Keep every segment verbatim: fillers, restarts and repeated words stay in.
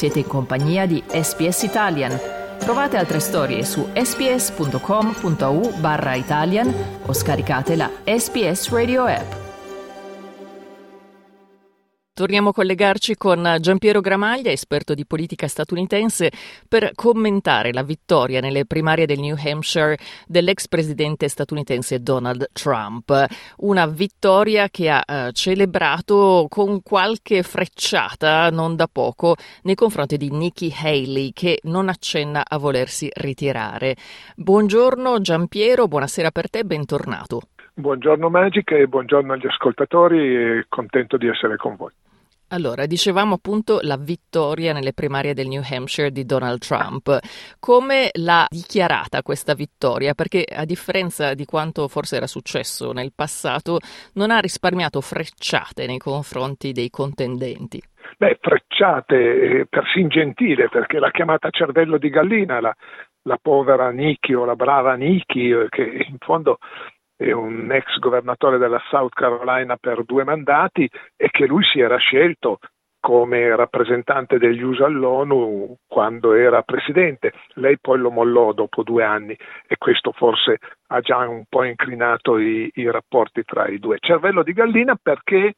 Siete in compagnia di S B S Italian. Trovate altre storie su sbs.com.au barra Italian o scaricate la S B S Radio app. Torniamo a collegarci con Giampiero Gramaglia, esperto di politica statunitense, per commentare la vittoria nelle primarie del New Hampshire dell'ex presidente statunitense Donald Trump. Una vittoria che ha eh, celebrato con qualche frecciata, non da poco, nei confronti di Nikki Haley, che non accenna a volersi ritirare. Buongiorno Giampiero, buonasera per te, bentornato. Buongiorno Magica e buongiorno agli ascoltatori, e contento di essere con voi. Allora, dicevamo appunto la vittoria nelle primarie del New Hampshire di Donald Trump. Come l'ha dichiarata questa vittoria? Perché a differenza di quanto forse era successo nel passato, non ha risparmiato frecciate nei confronti dei contendenti. Beh, frecciate, persino gentile, perché l'ha chiamata cervello di gallina, la, la povera Nikki o la brava Nikki, che in fondo è un ex governatore della South Carolina per due mandati e che lui si era scelto come rappresentante degli U S A all'ONU quando era presidente. Lei poi lo mollò dopo due anni e questo forse ha già un po' incrinato i, i rapporti tra i due. Cervello di gallina perché,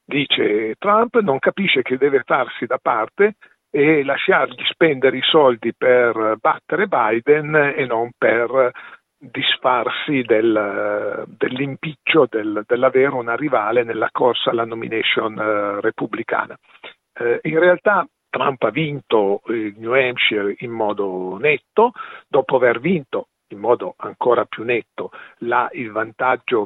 dice Trump, non capisce che deve farsi da parte e lasciargli spendere i soldi per battere Biden e non per disfarsi del, dell'impiccio del, dell'avere una rivale nella corsa alla nomination uh, repubblicana. Uh, in realtà Trump ha vinto il New Hampshire in modo netto, dopo aver vinto in modo ancora più netto là il vantaggio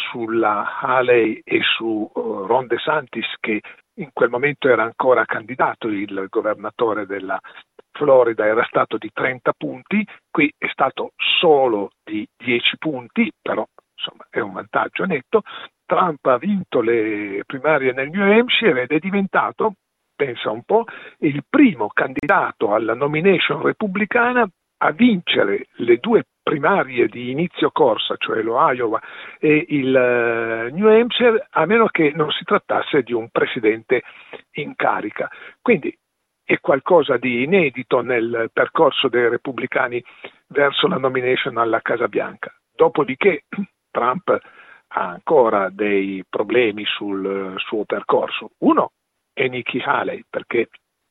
sulla Haley e su uh, Ron DeSantis, che in quel momento era ancora candidato, il governatore della Florida era stato di trenta punti, qui è stato solo di dieci punti, però insomma è un vantaggio netto. Trump ha vinto le primarie nel New Hampshire ed è diventato, pensa un po', il primo candidato alla nomination repubblicana a vincere le due primarie di inizio corsa, cioè lo Iowa e il uh, New Hampshire, a meno che non si trattasse di un presidente in carica. Quindi è qualcosa di inedito nel percorso dei repubblicani verso la nomination alla Casa Bianca. Dopodiché Trump ha ancora dei problemi sul suo percorso. Uno è Nikki Haley, perché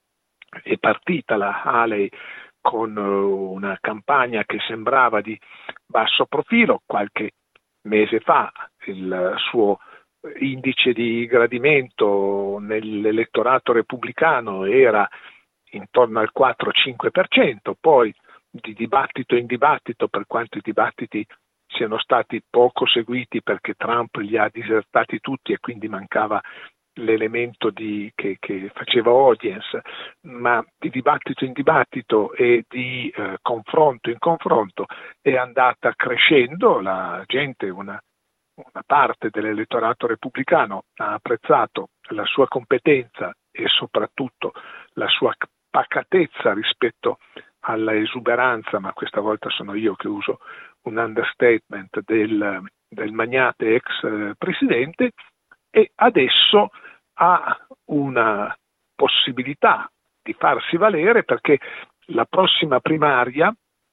è partita la Haley con una campagna che sembrava di basso profilo. Qualche mese fa il suo indice di gradimento nell'elettorato repubblicano era intorno al quattro-cinque per cento, poi di dibattito in dibattito, per quanto i dibattiti siano stati poco seguiti perché Trump li ha disertati tutti e quindi mancava l'elemento di, che, che faceva audience, ma di dibattito in dibattito e di eh, confronto in confronto è andata crescendo. La gente, una Una parte dell'elettorato repubblicano ha apprezzato la sua competenza e soprattutto la sua pacatezza rispetto alla esuberanza, ma questa volta sono io che uso un understatement, del, del magnate ex presidente, e adesso ha una possibilità di farsi valere perché la prossima primaria,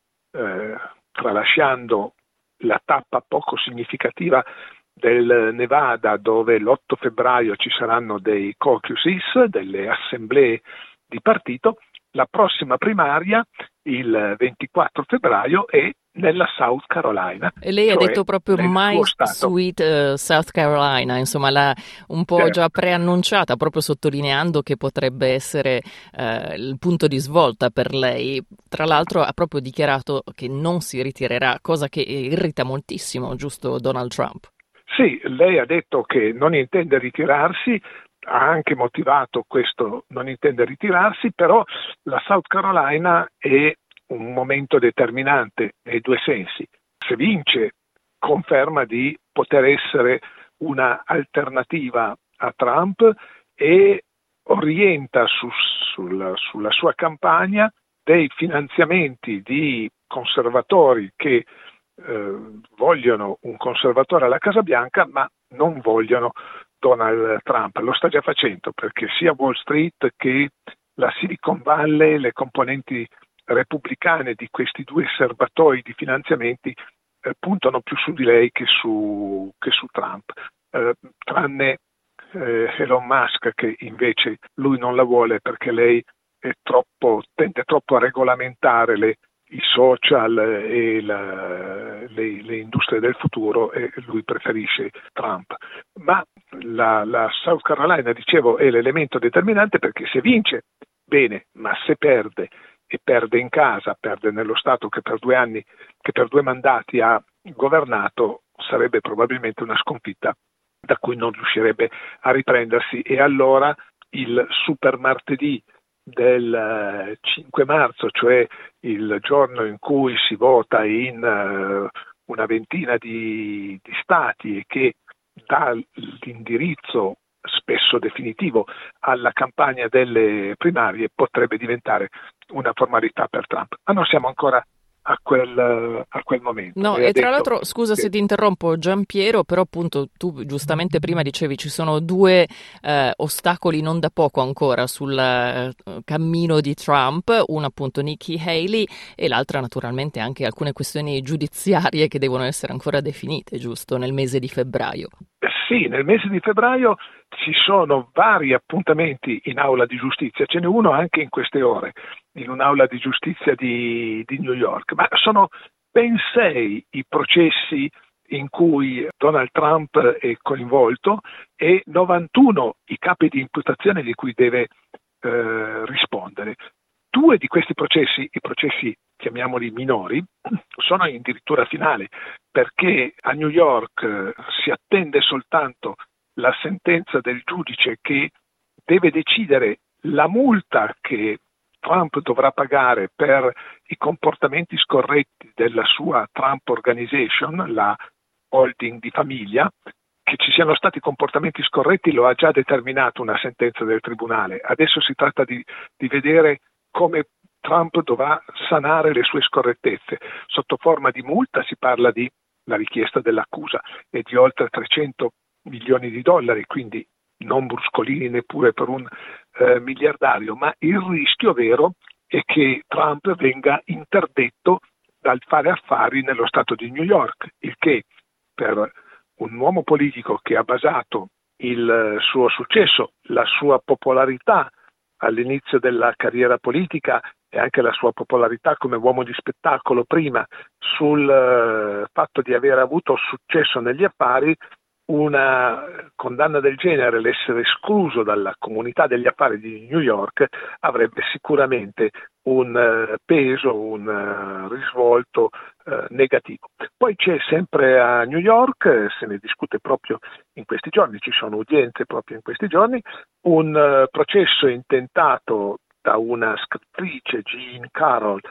eh, tralasciando la tappa poco significativa del Nevada, dove l'otto febbraio ci saranno dei caucuses, delle assemblee di partito, la prossima primaria, il ventiquattro febbraio, è nella South Carolina. E lei ha cioè detto proprio My Sweet uh, South Carolina, insomma l'ha un po' certo. già preannunciata, proprio sottolineando che potrebbe essere uh, il punto di svolta per lei. Tra l'altro ha proprio dichiarato che non si ritirerà, cosa che irrita moltissimo, giusto Donald Trump? Sì, lei ha detto che non intende ritirarsi, ha anche motivato questo non intende ritirarsi, però la South Carolina è un momento determinante nei due sensi. Se vince, conferma di poter essere una alternativa a Trump e orienta su, sul, sulla sua campagna dei finanziamenti di conservatori che eh, vogliono un conservatore alla Casa Bianca, ma non vogliono Donald Trump. Lo sta già facendo perché sia Wall Street che la Silicon Valley, le componenti repubblicane di questi due serbatoi di finanziamenti eh, puntano più su di lei che su, che su Trump, eh, tranne eh, Elon Musk, che invece lui non la vuole perché lei è troppo, tende troppo a regolamentare le, i social e la, le, le industrie del futuro, e lui preferisce Trump. Ma la, la South Carolina, dicevo, è l'elemento determinante, perché se vince, bene, ma se perde, e perde in casa, perde nello Stato che per due anni, che per due mandati ha governato, sarebbe probabilmente una sconfitta da cui non riuscirebbe a riprendersi. E allora il super martedì del cinque marzo, cioè il giorno in cui si vota in uh, una ventina di, di stati e che dà l'indirizzo spesso definitivo alla campagna delle primarie, potrebbe diventare una formalità per Trump. Ma non siamo ancora a quel, a quel momento. No, e, e tra detto, l'altro, scusa che... se ti interrompo Giampiero, però appunto tu giustamente prima dicevi ci sono due eh, ostacoli non da poco ancora sul eh, cammino di Trump, uno appunto Nikki Haley e l'altra naturalmente anche alcune questioni giudiziarie che devono essere ancora definite, giusto, nel mese di febbraio. Sì, nel mese di febbraio ci sono vari appuntamenti in aula di giustizia, ce n'è uno anche in queste ore, in un'aula di giustizia di, di New York, ma sono ben sei i processi in cui Donald Trump è coinvolto e novantuno i capi di imputazione di cui deve eh, rispondere. Due di questi processi, i processi chiamiamoli minori, sono addirittura finale, perché a New York eh, si attende soltanto la sentenza del giudice che deve decidere la multa che Trump dovrà pagare per i comportamenti scorretti della sua Trump Organization, la holding di famiglia. Che ci siano stati comportamenti scorretti lo ha già determinato una sentenza del tribunale. Adesso si tratta di, di vedere come Trump dovrà sanare le sue scorrettezze. Sotto forma di multa si parla di, la richiesta dell'accusa è di oltre trecento milioni di dollari, quindi non bruscolini neppure per un eh, miliardario, ma il rischio vero è che Trump venga interdetto dal fare affari nello Stato di New York, il che per un uomo politico che ha basato il suo successo, la sua popolarità all'inizio della carriera politica e anche la sua popolarità come uomo di spettacolo prima, sul uh, fatto di aver avuto successo negli affari, una condanna del genere, l'essere escluso dalla comunità degli affari di New York, avrebbe sicuramente un uh, peso, un uh, risvolto uh, negativo. Poi c'è sempre a New York, se ne discute proprio in questi giorni, ci sono udienze proprio in questi giorni, un uh, processo intentato da una scrittrice, Jean Carroll,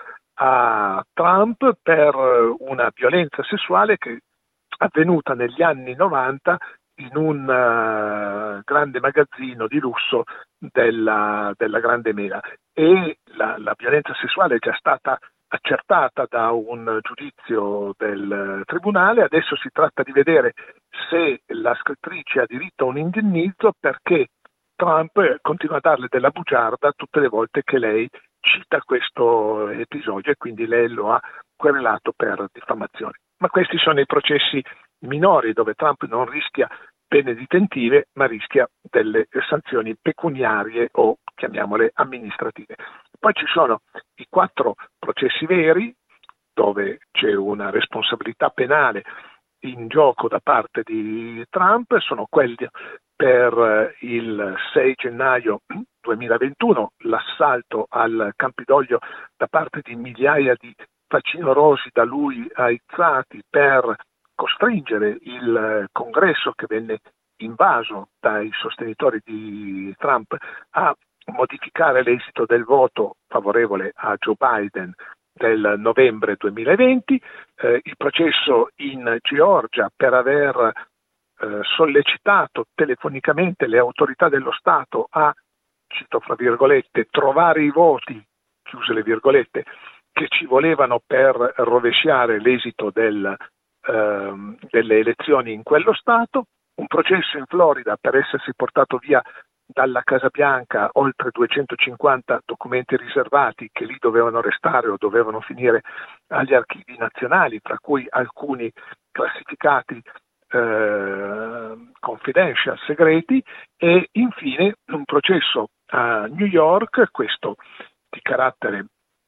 a Trump per una violenza sessuale che avvenuta negli anni novanta in un uh, grande magazzino di lusso della, della Grande Mela, e la, la violenza sessuale è già stata accertata da un giudizio del tribunale. Adesso si tratta di vedere se la scrittrice ha diritto a un indennizzo, perché Trump continua a darle della bugiarda tutte le volte che lei cita questo episodio, e quindi lei lo ha querelato per diffamazione. Ma questi sono i processi minori dove Trump non rischia pene detentive, ma rischia delle sanzioni pecuniarie o chiamiamole amministrative. Poi ci sono i quattro processi veri dove c'è una responsabilità penale in gioco da parte di Trump, sono quelli per il sei gennaio duemilaventuno, l'assalto al Campidoglio da parte di migliaia di facinorosi da lui aizzati per costringere il congresso, che venne invaso dai sostenitori di Trump, a modificare l'esito del voto favorevole a Joe Biden del novembre duemilaventi, eh, il processo in Georgia per aver eh, sollecitato telefonicamente le autorità dello Stato a, cito fra virgolette, trovare i voti, chiuse le virgolette, che ci volevano per rovesciare l'esito del, ehm, delle elezioni in quello Stato, un processo in Florida per essersi portato via dalla Casa Bianca oltre duecentocinquanta documenti riservati che lì dovevano restare o dovevano finire agli archivi nazionali, tra cui alcuni classificati eh, confidential, segreti, e infine un processo a New York, questo di carattere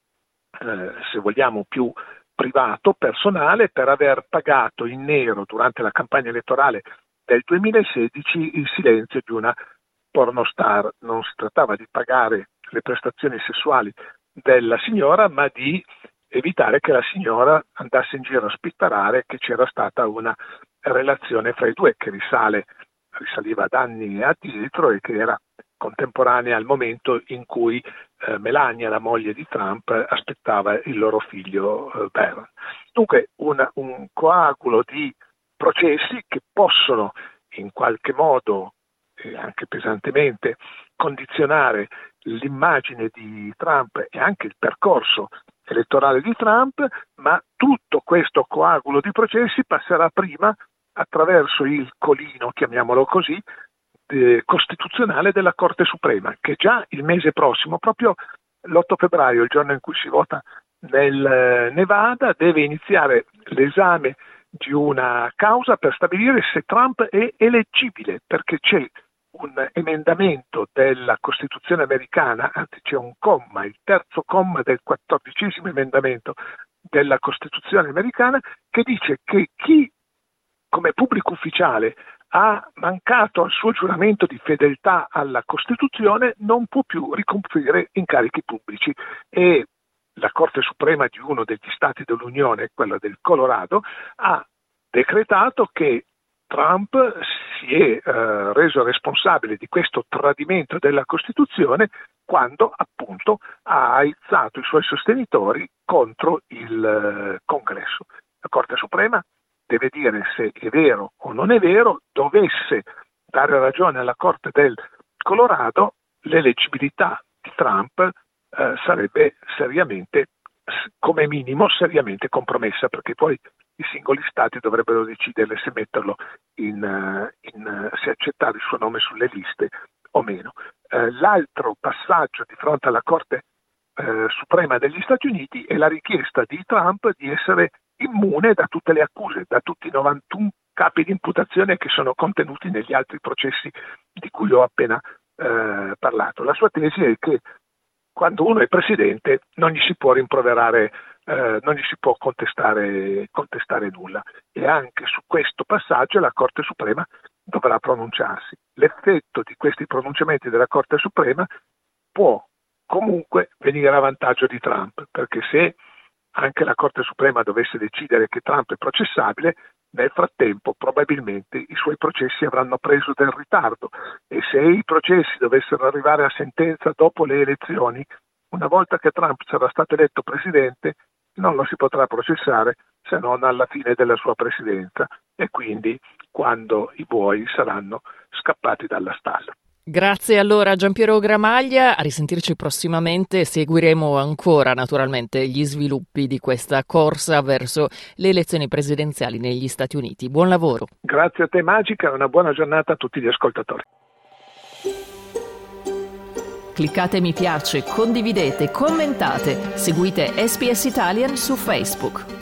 eh, se vogliamo più privato, personale, per aver pagato in nero durante la campagna elettorale del duemilasedici il silenzio di una pornostar. Non si trattava di pagare le prestazioni sessuali della signora, ma di evitare che la signora andasse in giro a spittarare che c'era stata una relazione fra i due che risale, risaliva ad anni addietro e che era contemporanea al momento in cui eh, Melania, la moglie di Trump, aspettava il loro figlio eh, Barron. Dunque una, un coagulo di processi che possono in qualche modo, eh, anche pesantemente, condizionare l'immagine di Trump e anche il percorso elettorale di Trump, ma tutto questo coagulo di processi passerà prima attraverso il colino, chiamiamolo così, eh, costituzionale della Corte Suprema, che già il mese prossimo, proprio l'otto febbraio, il giorno in cui si vota nel Nevada, deve iniziare l'esame di una causa per stabilire se Trump è eleggibile, perché c'è un emendamento della Costituzione americana, anzi c'è un comma, il terzo comma del quattordicesimo emendamento della Costituzione americana, che dice che chi come pubblico ufficiale ha mancato al suo giuramento di fedeltà alla Costituzione non può più ricoprire incarichi pubblici, e la Corte Suprema di uno degli Stati dell'Unione, quella del Colorado, ha decretato che Trump si è eh, reso responsabile di questo tradimento della Costituzione quando appunto ha aizzato i suoi sostenitori contro il eh, Congresso. La Corte Suprema deve dire se è vero o non è vero. Dovesse dare ragione alla Corte del Colorado, l'eleggibilità di Trump eh, sarebbe seriamente, come minimo, seriamente compromessa, perché poi i singoli stati dovrebbero decidere se metterlo in, in se accettare il suo nome sulle liste o meno. Eh, l'altro passaggio di fronte alla Corte eh, Suprema degli Stati Uniti è la richiesta di Trump di essere immune da tutte le accuse, da tutti i novantuno capi di imputazione che sono contenuti negli altri processi di cui ho appena eh, parlato. La sua tesi è che quando uno è presidente non gli si può rimproverare, eh, non gli si può contestare, contestare nulla, e anche su questo passaggio la Corte Suprema dovrà pronunciarsi. L'effetto di questi pronunciamenti della Corte Suprema può comunque venire a vantaggio di Trump, perché se anche la Corte Suprema dovesse decidere che Trump è processabile, nel frattempo probabilmente i suoi processi avranno preso del ritardo, e se i processi dovessero arrivare a sentenza dopo le elezioni, una volta che Trump sarà stato eletto presidente, non lo si potrà processare se non alla fine della sua presidenza, e quindi quando i buoi saranno scappati dalla stalla. Grazie allora a Giampiero Gramaglia, a risentirci prossimamente. Seguiremo ancora naturalmente gli sviluppi di questa corsa verso le elezioni presidenziali negli Stati Uniti. Buon lavoro. Grazie a te Magica e una buona giornata a tutti gli ascoltatori. Cliccate mi piace, condividete, commentate, seguite S B S Italian su Facebook.